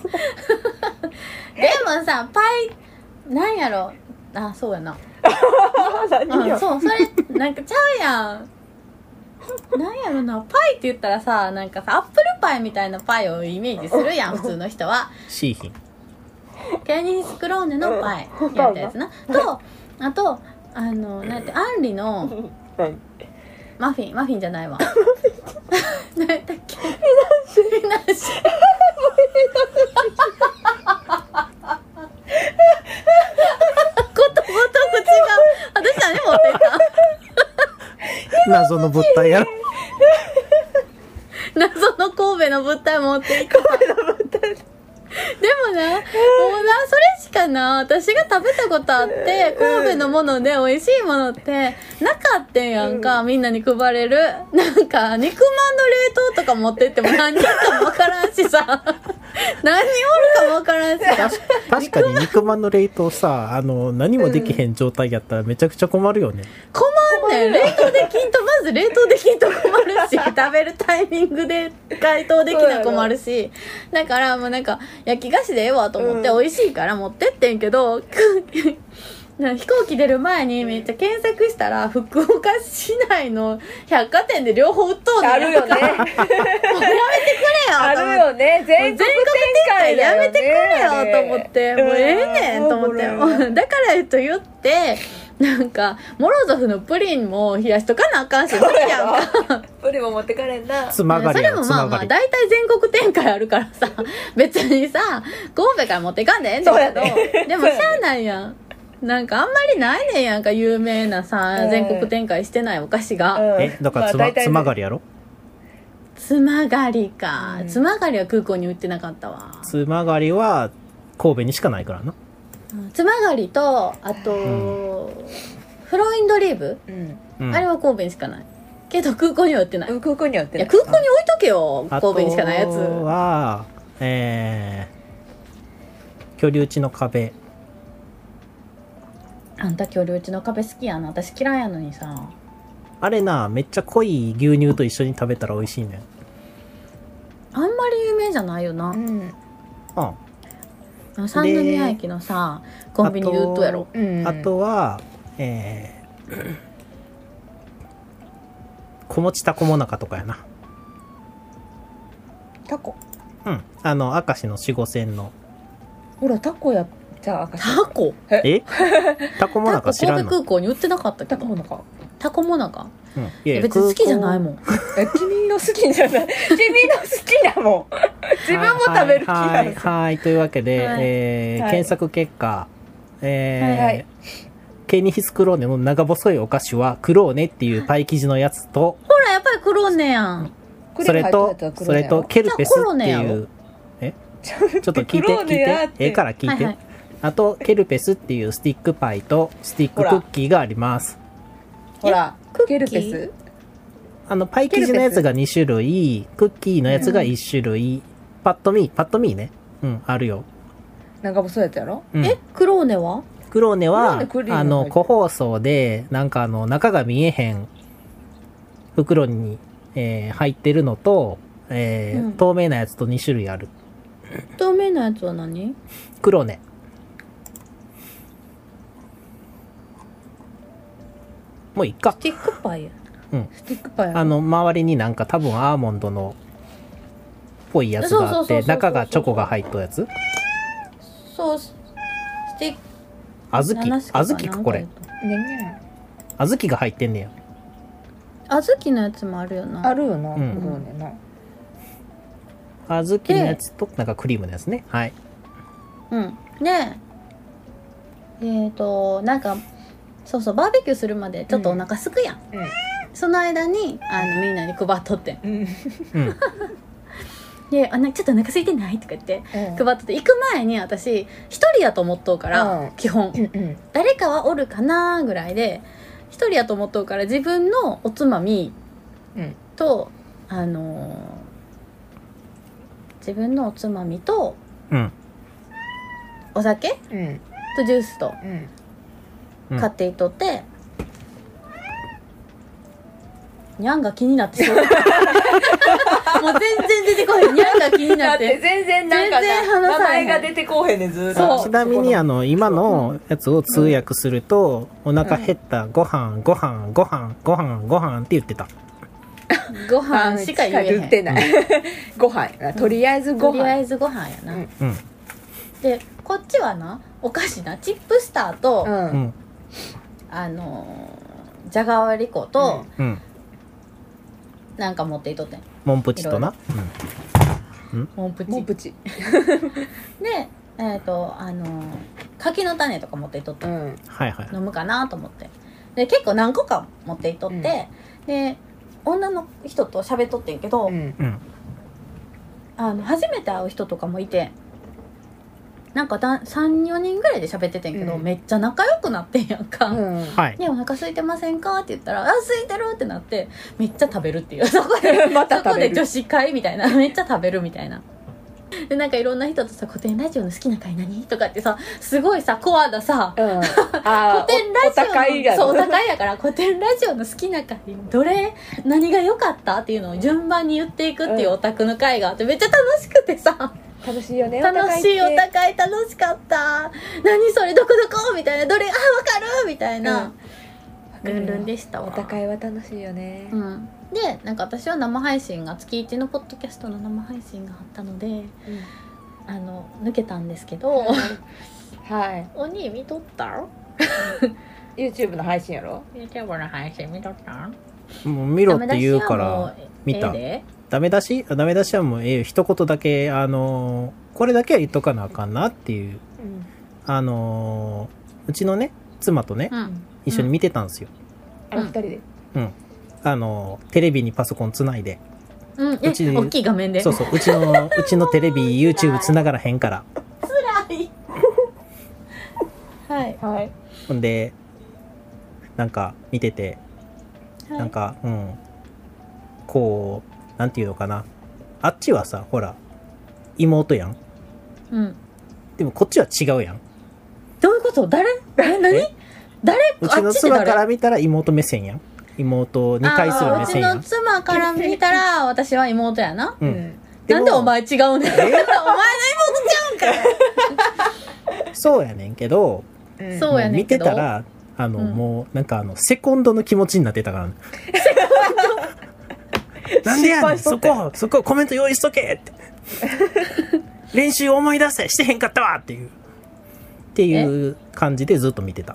さパイなんやろあそうやな何よ、 うん、そうそれなんかちゃうやんなんやろなパイって言ったらさなんかさアップルパイみたいなパイをイメージするやん普通の人は。 シーヒンケーニヒスクローネのパイやったやつなとあとあのなんてアンリのマフィンマフィンじゃないわ何だっけフィナッシュフィナッシュことごとく違う。私何持ってた謎の物体やろ謎の神戸の物体持っていた。 神戸の物体でもな、もうな、それしかな、私が食べたことあって、神戸のもので美味しいものってなかったんやんか、うん、みんなに配れる。なんか、肉まんの冷凍とか持ってっても何人かもわからんしさ、何人おるかもわからんしさ。 確かに肉まんの冷凍さ、あの、何もできへん状態やったらめちゃくちゃ困るよね。 困んねん。冷凍できんと、まず冷凍できんと困るし、食べるタイミングで解凍できな困るし、だからもうなんか、焼き菓子でええわと思って、美味しいから持ってってんけど、飛行機出る前にめっちゃ検索したら福岡市内の百貨店で両方売っとんねん。 あるよねもうやめてくれよあるよね全国展開だよねやめてくれよと思ってもうええねんと思ってだからと言ってなんかモロゾフのプリンも冷やしとかなあかんし無理やんかプリンも持ってかれんな。 つまがりやそれもまあまあ大体全国展開あるからさ別にさ神戸から持っていかんでええんだけど、 ね、 でもしゃあないやん。なんかあんまりないねんやんか有名なさ、えー、全国展開してないお菓子が、 うん、えだからつま、まあ、つまがりやろ。 つまがりか、うん、つまがりは空港に売ってなかったわ。 つまがりは神戸にしかないからな。 つまがりとあと、うん、フロインドリーブ、うん、あれは神戸にしかないけど空港には売ってない。 空港には売ってない。 いや空港に置いとけよ、神戸にしかないやつ。 あとはえー、居留地の壁。 あんた居留地の壁好きやな。私嫌いやのにさ。 あれな、めっちゃ濃い牛乳と一緒に食べたら美味しいねん。 あんまり有名じゃないよな。うん。 ああ三宮駅のさコンビニで売っとやろ。 あと、うん、あとはえー、小餅タコモナカとかやな。 タコ。 うん。あの明石の四五線の。 ほらタコや。じゃあ明石。 タコ。 え？タコモナカ知らんの？ 神戸空港に売ってなかったっけ？ タコモナカ。 タコモナカ。 うん、いやいや別に好きじゃないもん。 え君の好きじゃない。君の好きだもん。自分も食べる気がする。 はいはいはい、というわけで、はい、えーはい、検索結果、えーはい、ケニヒスクローネの長細いお菓子はクローネっていうパイ生地のやつと、 ほらやっぱりクローネやん。 それとそれとケルペスっていうえちょっと聞いて聞いてええから聞いて、はいはい、あとケルペスっていうスティックパイとスティッククッキーがあります。 ほらケルペスあのパイ生地のやつがに種類、クッキーのやつがいち種類、うん、パッと見パッと見ね、うんあるよ。 長細いやつやろ、 うん、えクローネはクローネはあの個包装でなんかあの中が見えへん袋に、えー、入ってるのと、えーうん、透明なやつとに種類ある。 透明なやつは何？ クローネ。もういっか。 スティックパイや。 うん。 スティックパイ。 あの周りになんか多分アーモンドのっぽいやつがあって、中がチョコが入ったやつ。 そう。スティック。 あずき。あずきかこれ。あずきが入ってんねや。 あずきのやつもあるよな。 あるよな。うん。 あずきのやつとなんかクリームのやつね。はい。 うん。で、えーとなんか。そうそうバーベキューするまでちょっとお腹すくやん、うんうん、その間にあのみんなに配っとってん、うん、であなちょっとお腹空いてないとか言って、うん、配っとって行く前に私一人やと思っとうから、うん、基本、うんうん、誰かはおるかなぐらいで一人やと思っとうから自分のおつまみと、うん、あのー、自分のおつまみと、うん、お酒、うん、とジュースと、うん買っていとって、にゃんが気になってそうもう全然出てこへん。にゃんが気になってだって全然なんか名前が出てこへんねずっと。ちなみにあの今のやつを通訳すると、うん、お腹減ったご飯ご飯ご飯ご飯ご飯って言ってた。 ご飯しか言えへん。 言ってない、うん、ご飯とりあえずご飯、 とりあえずご飯やな、うんうん、でこっちはなお菓子なチップスターと、うんうんあのじゃがわり粉と、うん、なんか持っていとってんモンプチとな、 うん、モンプチモンプチでえっ、ー、とあの柿の種とか持っていとって、うんはいはい、飲むかなと思ってで結構何個か持っていとって、うん、で女の人と喋っとってんけど、うん、あの初めて会う人とかもいてなんかださん、よにんぐらいで喋っててんけど、うん、めっちゃ仲良くなってんやんか、うんでお腹空いてませんかって言ったらあ空いてるってなってめっちゃ食べるっていうそこでまたそこで女子会みたいなめっちゃ食べるみたいなでなんかいろんな人とさ古典ラジオの好きな回何とかってさすごいさコアなさ、うん、古典ラジオのそうお高いやから古典ラジオの好きな回どれ何が良かったっていうのを順番に言っていくっていうオタクの回があってめっちゃ楽しくてさ楽しいよね楽しいお高い楽しかった何それどこどこみたいなどれあ分かるみたいな、うん、ルンルンでしたわ。 お高いは楽しいよね、 うん、でなんか私は生配信が月いちのポッドキャストの生配信があったので、うん、あの抜けたんですけどはいお兄見とった YouTube の配信やろ。 YouTube の配信見とった？ もう見ろって言うから見た。ダメ出しダメ出しはもうええ一言だけ、あのー、これだけは言っとかなあかんなっていう、うん、あのー、うちのね妻とね、うん、一緒に見てたんですよ。 あの二人で。 うん。あのー、テレビにパソコンつないで。 うん、うち大きい画面で。 そうそう、うちのうちのテレビ YouTube つながらへんから。 つらい。はいはい。 ほんでなんか見てて、はい、なんかうんこうなんていうのかな、あっちはさほら妹やん。 うん。 でもこっちは違うやん。 どういうこと？誰？え何？誰？ うちの妻から見たら妹目線やん。妹に対する目線やん。 うちの妻から見たら私は妹やな。うん。なんでお前違うねん。お前の妹ちゃうんか。 そうやねんけど。 そうやねんけど。 見てたらあの、うん、もうなんかあのセコンドの気持ちになってたから、ね。なんでやねん、そこそこコメント用意しとけって練習思い出せしてへんかったわっていうっていう感じでずっと見てた。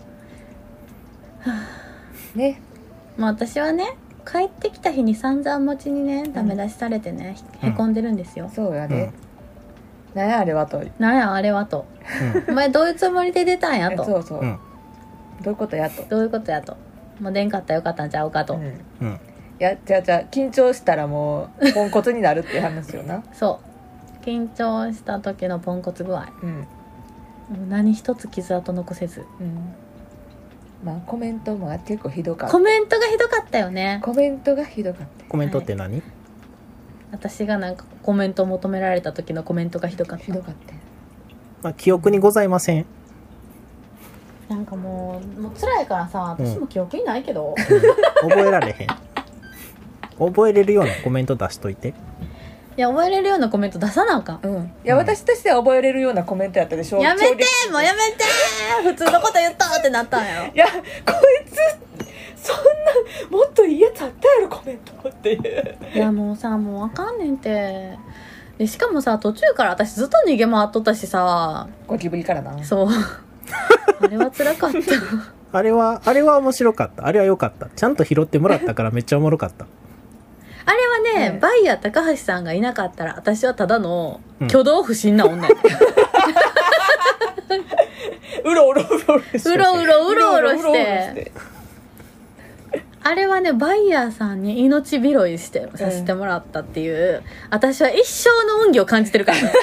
ね、 まあ私はね帰ってきた日に散々餅にねダメ出しされてね、うん、へこんでるんですよ。 そうやね、うん、なんやあれはとなんやあれはと、うん、お前どういうつもりで出たんやとそうそう、うん、どういうことやとどういうことやともう出んかったらよかったんちゃうかと、うんうん、 いやじゃあじゃあ緊張したらもうポンコツになるっていう話よなそう緊張した時のポンコツ具合、うん、もう何一つ傷跡残せず、うん、 まあコメントも結構ひどかった。 コメントがひどかったよね。 コメントがひどかった。 コメントって何？はい、 私がなんかコメントを求められた時のコメントがひどかった。 ひどかった。 まあ記憶にございません。 なんかもうもう辛いからさ、私も記憶にないけど、 うん、覚えられへん。覚えれるようなコメント出しといて。 いや覚えれるようなコメント出さなあかん、 うん、いや、うん、私としては覚えれるようなコメントやったでしょ。 やめてもうやめて普通のこと言ったってなったんやろ。 いやこいつそんなもっといいやつあったやろコメントっていう。 いやもうさもうあかんねんて。でしかもさ途中から私ずっと逃げ回っとったしさ。 ゴキブリからな。 そうあれは辛かったあれはあれは面白かった。あれは良かった。ちゃんと拾ってもらったからめっちゃおもろかった。 あれはね、うん、バイヤー高橋さんがいなかったら私はただの挙動不審な女や、 うん、うろうろうろうろしてうろうろうろうろしてあれはねバイヤーさんに命拾いしてさせてもらったっていう、うん、私は一生の運気を感じてるからね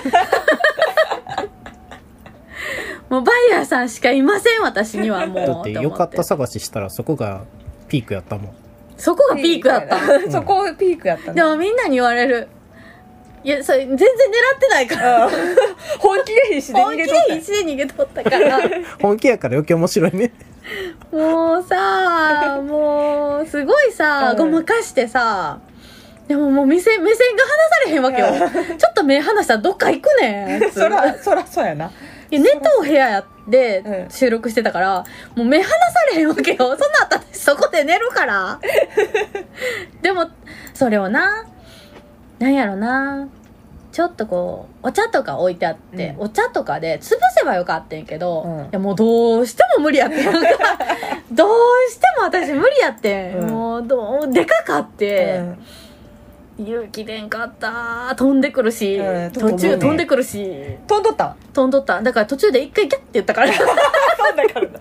もうバイヤーさんしかいません私にはもう。 だってよかった探ししたらそこがピークやったもん。 そこがピークやった、 うん、そこピークやった、ね、 でもみんなに言われる。いやそれ全然狙ってないから本気で必死で逃げとった。 本気で必死で逃げとったから本気やから余計面白いね。 もうさもうすごいさ、うん、ごまかしてさでももう目線目線が離されへんわけよちょっと目離したらどっか行くねんそらそらそうやな。 ネット部屋やで収録してたから、うん、もう目離されへんわけよ。そんな私そこで寝るからでもそれをななんやろなちょっとこうお茶とか置いてあって、うん、お茶とかで潰せばよかったんやけど、うん、いやもうどうしても無理やってんどうしても私無理やってん、うん、もうどうでかかって、うん、勇気出んかった飛んでくるし、うん、途中飛んでくるし飛んどった飛んどっただから途中で一回ギャッて言ったから飛んだから言ったけど絶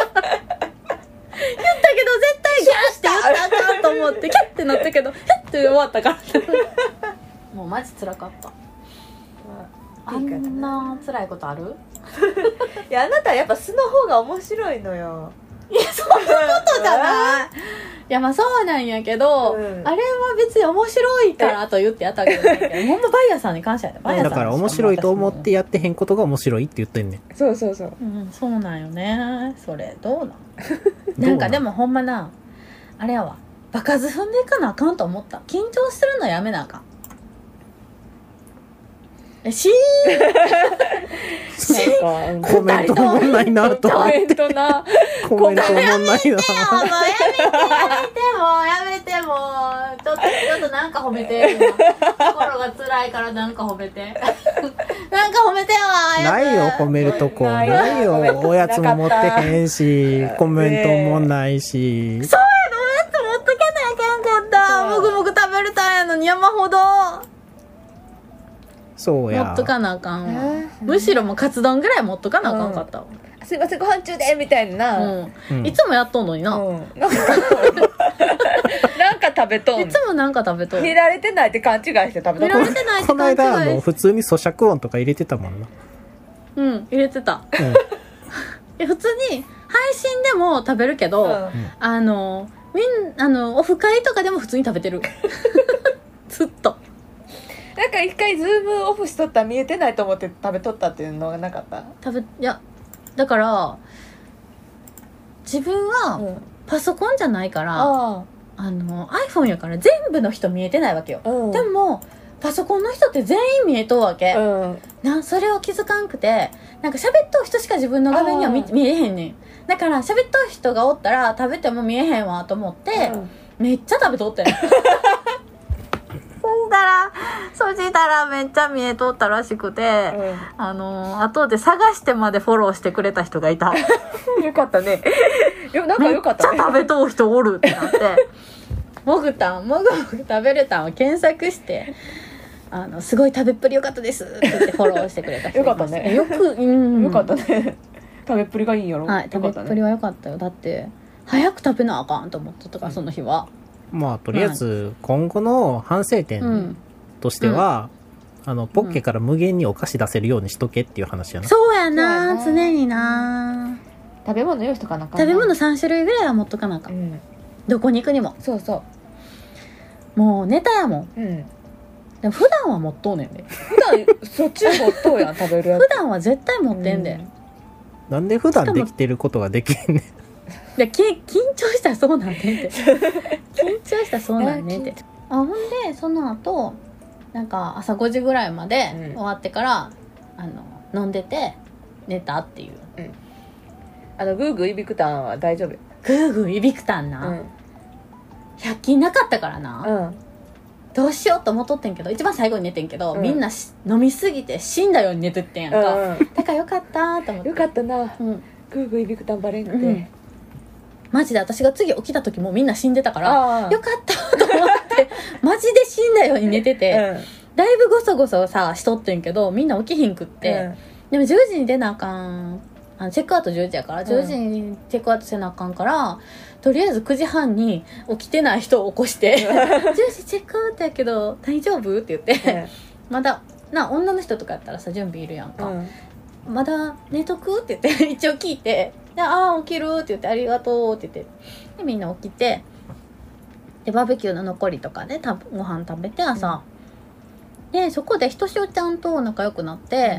対ギャッて言ったらあかんと思ってキャッてなったけどヒャッて終わったからもうマジ辛かった。あんな辛いことあるいやあなたはやっぱ素の方が面白いのよ。 いやそんなことじゃないいやまあそうなんやけど、うん、あれは別に面白いからと言ってやったわけじゃないけどほんまバイヤーさんに感謝やで。バイヤーさんだから面白いと思ってやってへんことが面白いって言ってんねん。 そうそうそう、 うん、そうなんよね。それどうなんなんかでもほんまなあれやわ場数踏んでいかなあかんと思った。緊張するのやめなあかん。えしーコメントもんないなと思って。コメントなコメントもんないな。やめてよもうやめてやめてもうちょっとちょっとなんか褒めて今心が辛いからなんか褒めてなんか褒めてよないよ褒めるとこないよ。おやつも持ってへんしコメントもないし、 そうやのおやつ持っとけなあかんかった。もぐもぐ食べるたんやのに山ほどそうや持っとかなあかんわ。むしろもうカツ丼ぐらい持っとかなあかんかったわ、 うん、すいませんご飯中でみたいな、 うんうん、 いつもやっとんのにな、 うん、なんかなんか食べとんいつもなんか食べとん見られてないって勘違いして食べとん。 見られてないってこの勘違い間あの普通に咀嚼音とか入れてたもんな。 うん入れてた、 うん、 いや普通に配信でも食べるけど、うん、あのみんあのオフ会とかでも普通に食べてるずっとなんか一回ズームオフしとったら見えてないと思って食べとったっていうのがなかった？ 食べいやだから自分はパソコンじゃないから、うん、ああの iPhone やから全部の人見えてないわけよ、うん、でもパソコンの人って全員見えとうわけ、うん、なそれを気づかんくてなんか喋っとう人しか自分の画面には 見, 見えへんねん。だから喋っとう人がおったら食べても見えへんわと思って、うん、めっちゃ食べとってんそしたらそしたらめっちゃ見えとったらしくて、うん、あの後で探してまでフォローしてくれた人がいたよかったね。でもなんかよかったね。 めっちゃ食べとう人おるってなってもぐたんもぐもぐ食べれたんを検索してあのすごい食べっぷりよかったですって言ってフォローしてくれた人よかったね。 よく、うん、 よかったね。食べっぷりがいいんやろ。 はい、食べっぷりはよかったよ。だって早く食べなあかんと思ってたから、うん、その日は。 まあとりあえず今後の反省点としては、うん、あのポッケから無限にお菓子出せるようにしとけっていう話やな。 そうやな、常にな。 食べ物用意しとかなあかんな。 食べ物さん種類ぐらいは持っとかなあかん、うん、どこに行くにも。 そうそうもうネタやもん、うん、でも普段は持っとうねんで普段そっち持っとうやん食べるやつ普段は絶対持ってんで、うん、 なんで普段できてることができんねんで緊張したらそうなんねんって緊張したらそうなんねんってあほんでその後なんか朝ごじぐらいまで終わってから、うん、あの飲んでて寝たっていう、うん、 あのグーグーいびくたんは大丈夫。グーグーいびくたんな、うん、ひゃく均なかったからな、うん、どうしようと思っとってんけど一番最後に寝てんけど、うん、みんな飲みすぎて死んだように寝てってんやんか、うん、だからよかったと思ってよかったな、うん、グーグーいびくたんバレんくて、うん、 マジで私が次起きた時もみんな死んでたからよかったと思ってマジで死んだように寝てて、うん、だいぶゴソゴソさしとってんけどみんな起きひんくって、うん、でもじゅうじに出なあかんあのチェックアウトじゅうじやからじゅうじにチェックアウトせなあかんから、うん、とりあえずくじはんに起きてない人を起こしてじゅうじチェックアウトやけど大丈夫って言って、うん、まだな女の人とかやったらさ準備いるやんか、うん、まだ寝とくって言って一応聞いてでああ起きるって言ってありがとうって言ってでみんな起きてでバーベキューの残りとかでたご飯食べて朝、うん、でそこでひとしおちゃんと仲良くなって、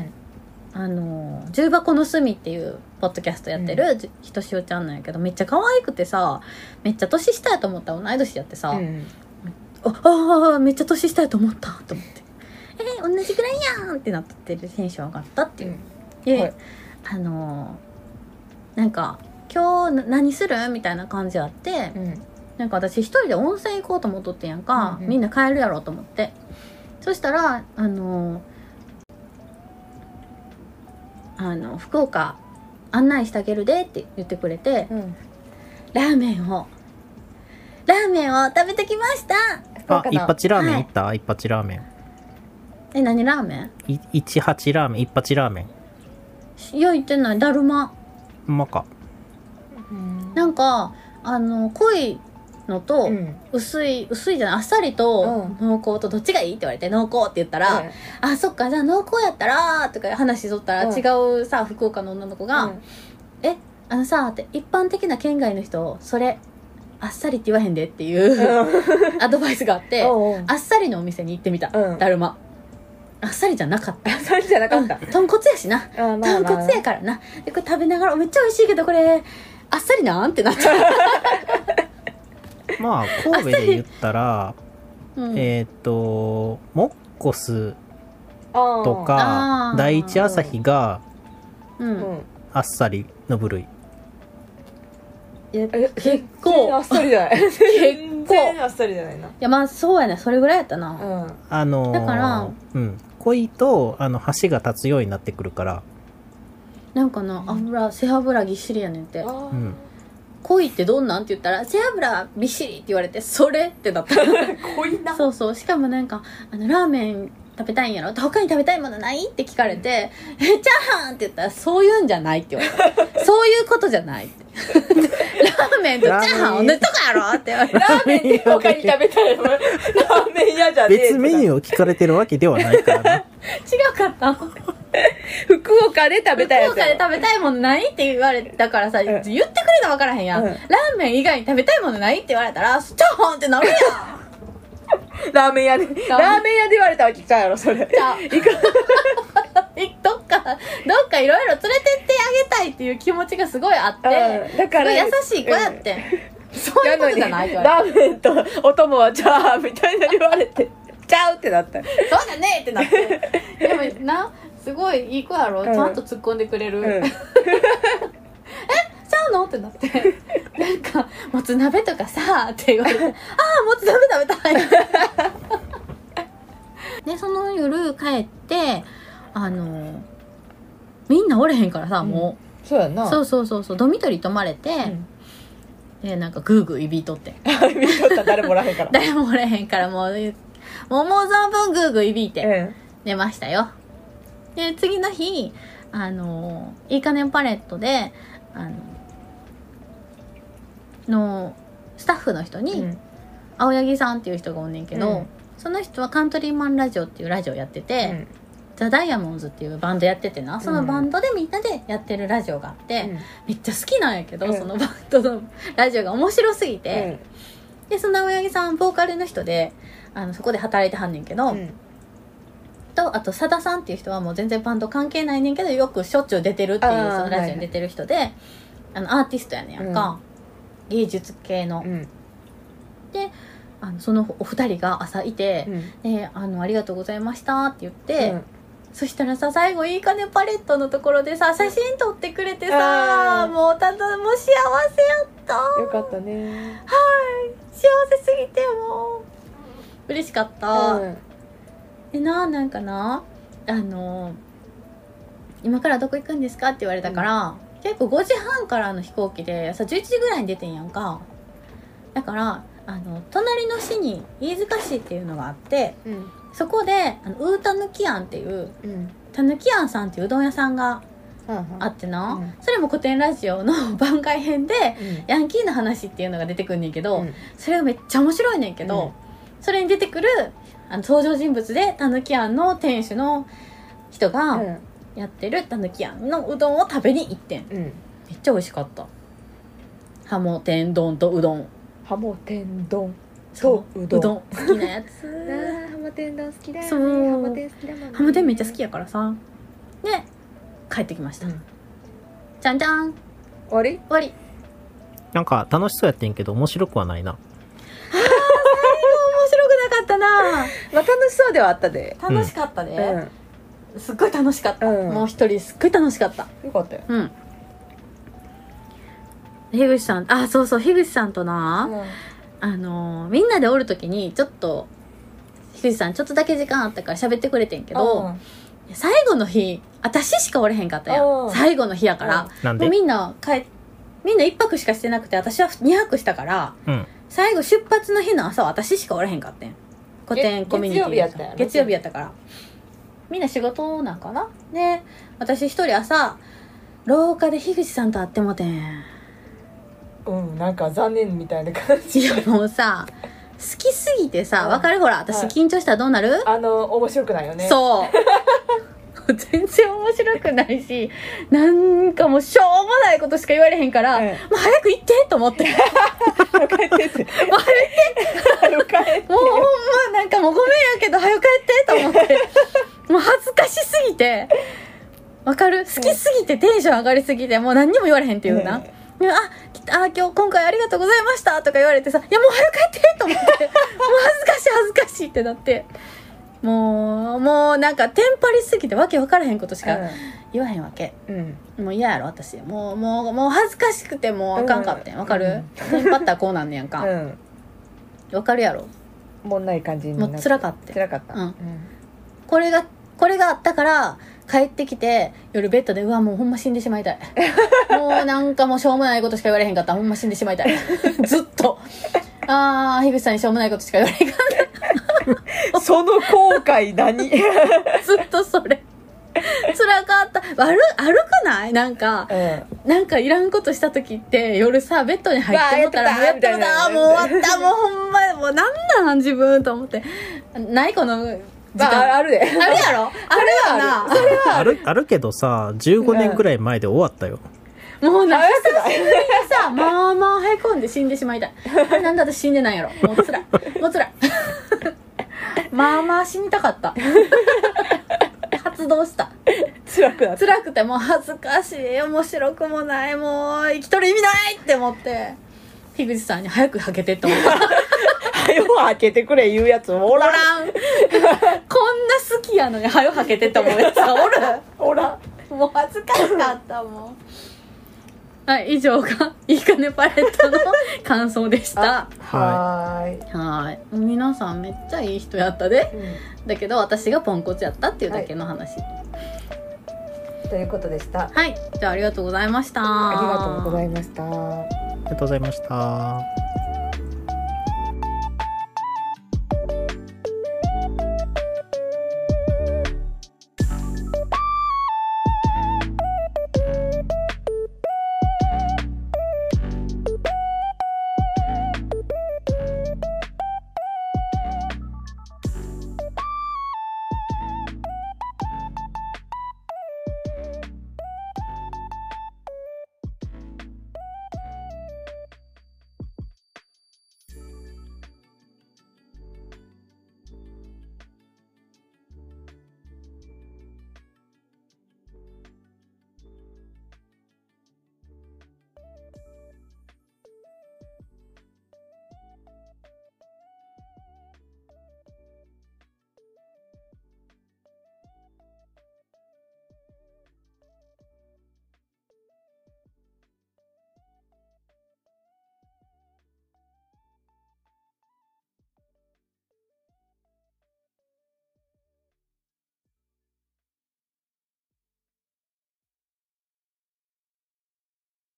うん、あの重箱の隅っていうポッドキャストやってる、うん、ひとしおちゃんなんやけどめっちゃ可愛くてさめっちゃ年下やと思ったら同い年やってさ、うん、ああめっちゃ年下やと思ったと思ってえー、同じぐらいやんってなってるテンション上がったっていう、うん、で、はい、あのなんか今日何するみたいな感じあって、うん、なんか私一人で温泉行こうと思っとってんやんか、うんうん、みんな帰るやろうと思ってそしたらあのあの福岡案内してあげるでって言ってくれて、うん、ラーメンをラーメンを食べてきました。 あ一発ラーメン行った、はい、一発ラーメンえ何ラーメンい一八ラーメン一発ラーメンいや言ってないだるまうまかなんかあの濃いのと、うん、薄い薄いじゃないあっさりと濃厚とどっちがいいって言われて濃厚って言ったら、うん、あそっかじゃあ濃厚やったらとか話しとったら、うん、違うさ福岡の女の子が、うん、えあのさって一般的な県外の人それあっさりって言わへんでっていうアドバイスがあっておうおうあっさりのお店に行ってみた、うん、だるまあっさりじゃなかったあっさりじゃなかった、 うん、豚骨やしな、まあまあ、豚骨やからなでこれ食べながらめっちゃ美味しいけどこれあっさりなんってなったまあ神戸で言ったら、うん、えっ、ー、とモッコスとか第一朝日が、うん、あっさりの部類いや結構あっさりじゃない結全然あっさりじゃないな。いやまあそうやね、それぐらいやったな、 うん、 あのー、 だからうん濃いとあの箸が立つようになってくるから、 なんかな油背脂ぎっしりやねんって、 うん、 濃いってどんなんって言ったら背脂びっしりって言われてそれってなった濃いな。 そうそう、しかもなんかあのラーメン食べたいんやろって他に食べたいものないって聞かれて、うん、えチャーハンって言ったらそういうんじゃないって言われてそういうことじゃないってラーメンとチャーハン同じとこやろって言われてラーメンって他に食べたいもんラーメン屋じゃねえ別メニューを聞かれてるわけではないからな違うかった福岡で食べたいやつ福岡で食べたいものないって言われたからさ、うん、言ってくれたら分からへんやん、うん、ラーメン以外に食べたいものないって言われたらチャーハンってなるやんラーメン屋でラーメン屋で言われたわけちゃうやろそれ。じゃあ行くどっかどっかいろいろ連れてってあげたいっていう気持ちがすごいあって、うん、だから優しい子やって、うん、そういうことじゃないってラーメンとお供はチャーハンみたいな言われてちゃうってなったそうだねってなってでもなすごいいい子やろ、うん、ちゃんと突っ込んでくれる、うん、えちゃうのってなってなんかもつ鍋とかさって言われてああもつ鍋食べたいでその夜帰ってあのみんなおれへんからさ、うん、もうそうやなそうそうそうそうドミトリー泊まれて、うん、でなんかグーグーいびいとっていびいとったら誰もおらへんから誰もおれへんからもうもうもう存分グーグーいびいて寝ましたよ、うん、で次の日あのいいかねんパレットであののスタッフの人に、うん、青柳さんっていう人がおんねんけど、うん、その人はカントリーマンラジオっていうラジオやってて、うん、ザ・ダイヤモンズっていうバンドやっててな、そのバンドでみんなでやってるラジオがあって、うん、めっちゃ好きなんやけど、うん、そのバンドのラジオが面白すぎて、うん、でその青柳さんボーカルの人であのそこで働いてはんねんけど、うん、とあと佐田さんっていう人はもう全然バンド関係ないねんけどよくしょっちゅう出てるっていうそのラジオに出てる人で、はい、あのアーティストやねんやんか、うん、芸術系の、うん、であのそのお二人が朝いて、うんであの「ありがとうございました」って言って、うん、そしたらさ最後いいかねパレットのところでさ写真撮ってくれてさもうただもう幸せやったよかったねはい幸せすぎてもう嬉しかった、うん、でななんかなあの今からどこ行くんですかって言われたから、うん、結構ごじはんからの飛行機で朝じゅういちじぐらいに出てんやんか。だからあの隣の市に飯塚市っていうのがあって、うん、そこであのウータヌキアンっていうたぬきあんさんっていううどん屋さんがあってな、うん、それも古典ラジオの番外編で、うん、ヤンキーの話っていうのが出てくるんねんけど、うん、それがめっちゃ面白いねんけど、うん、それに出てくるあの登場人物でたぬきあんの店主の人がやってるたぬきあんのうどんを食べに行ってん、うん、めっちゃ美味しかった。ハモ天丼とうどんハモ天丼とうどんうどん好きなやつあハモ天丼好きだよね。 そうハモ天好きだもんね。 ハモ天めっちゃ好きやからさで帰ってきました、うん、じゃんじゃん終わり終わり。 なんか楽しそうやってんけど面白くはないな。あ最後面白くなかったなまあ楽しそうではあったで。 楽しかったで、うん、すっごい楽しかった、うん、もう一人すっごい楽しかった。 よかったよ。 うん樋口さんあそうそう樋口さんとな、うん、あのみんなでおる時にちょっと樋口さんちょっとだけ時間あったから喋ってくれてんけど、うん、最後の日私しかおれへんかったやん、最後の日やから、うん、もうみんな帰みんないっぱくしかしてなくて私はにはくしたから、うん、最後出発の日の朝は私しかおれへんかったん。古典コミュニティ月曜日やったやろ。 月曜日やったからみんな仕事なんかな。で私一人朝廊下で樋口さんと会ってもてん。 うんなんか残念みたいな感じ。 いやもうさ好きすぎてさ、わかるほら私緊張したらどうなる？ あの面白くないよね。 そう全然面白くないしなんかもうしょうもないことしか言われへんから、うん、もう早く行ってと思って早く帰ってってもう早く帰ってもうほんまなんかもうごめんやけど早く帰ってと思ってもう恥ずかしすぎてわかる好きすぎてテンション上がりすぎてもう何にも言われへんっていうな、うんああ今日今回ありがとうございましたとか言われてさいやもう早く帰ってと思ってもう恥ずかしい恥ずかしいってなってもうもうなんかテンパりすぎてわけ分からへんことしか言わへんわけ、うん、もう嫌やろ私もうもうもう恥ずかしくてもうあかんかってんわかる、うん、テンパったらこうなんねやんか、うん、 わかるやろ。 もんない感じになってもう辛かった辛かった、 うんうん、 これがこれがあったから帰ってきて夜ベッドでうわもうほんま死んでしまいたいもうなんかもうしょうもないことしか言われへんかったほんま死んでしまいたいずっとあー樋口さんにしょうもないことしか言われへんかったその後悔何ずっとそれ辛かった。悪悪くないなんか、うん、なんかいらんことした時って夜さベッドに入ってもったらもうやってもたもう終わったもうほんまもうなんなん自分と思ってないこの時間、 まあ、あるであるやろあるよなそれはあるあるけどさじゅうごねんくらい前で終わったよ、 うん、もうなんか久しぶりにさまあまあへこんで死んでしまいたいあれなんで私死んでないやろもうつらいもうつらいまあまあ死にたかった発動した辛くなった辛くてもう恥ずかしい面白くもないもう生きとる意味ないって思って樋口さんに早くはけてって思った早く開けてくれ言うやつもおらんおらんこんな好きやのに早くはけてって思うやつがおるおらんもう恥ずかしかったもんはい以上がいいかねパレットの感想でしたはーいはい皆さんめっちゃいい人やったで、うん、だけど私がポンコツやったっていうだけの話、はいということでした。 はい、じゃあありがとうございました。 ありがとうございました。 ありがとうございました。